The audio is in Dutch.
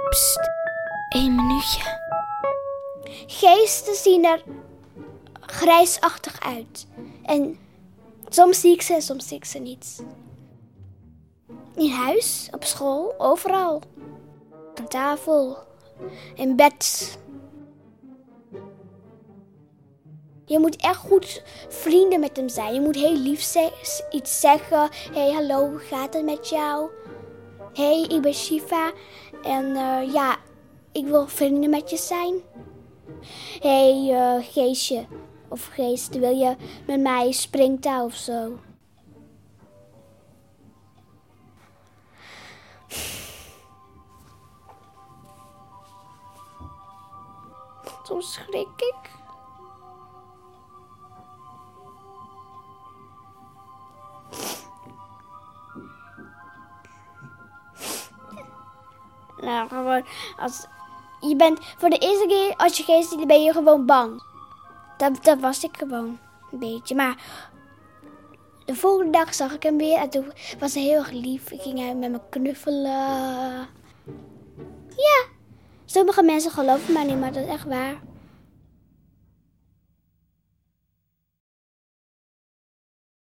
Psst, 1 minuutje. Geesten zien er grijsachtig uit. En soms zie ik ze en soms zie ik ze niet. In huis, op school, overal. Aan tafel, in bed. Je moet echt goed vrienden met hem zijn. Je moet heel lief iets zeggen. Hey, hallo, hoe gaat het met jou? Hey, ik ben Shiva. En ik wil vrienden met je zijn. Hey, geestje. Of geest, wil je met mij springtouw of zo? Soms schrik ik. Nou, gewoon je bent voor de eerste keer als je geest ziet, ben je gewoon bang. Dat was ik gewoon een beetje. Maar de volgende dag zag ik hem weer en toen was hij heel erg lief. Ik ging met me knuffelen. Ja, sommige mensen geloven mij niet, maar dat is echt waar.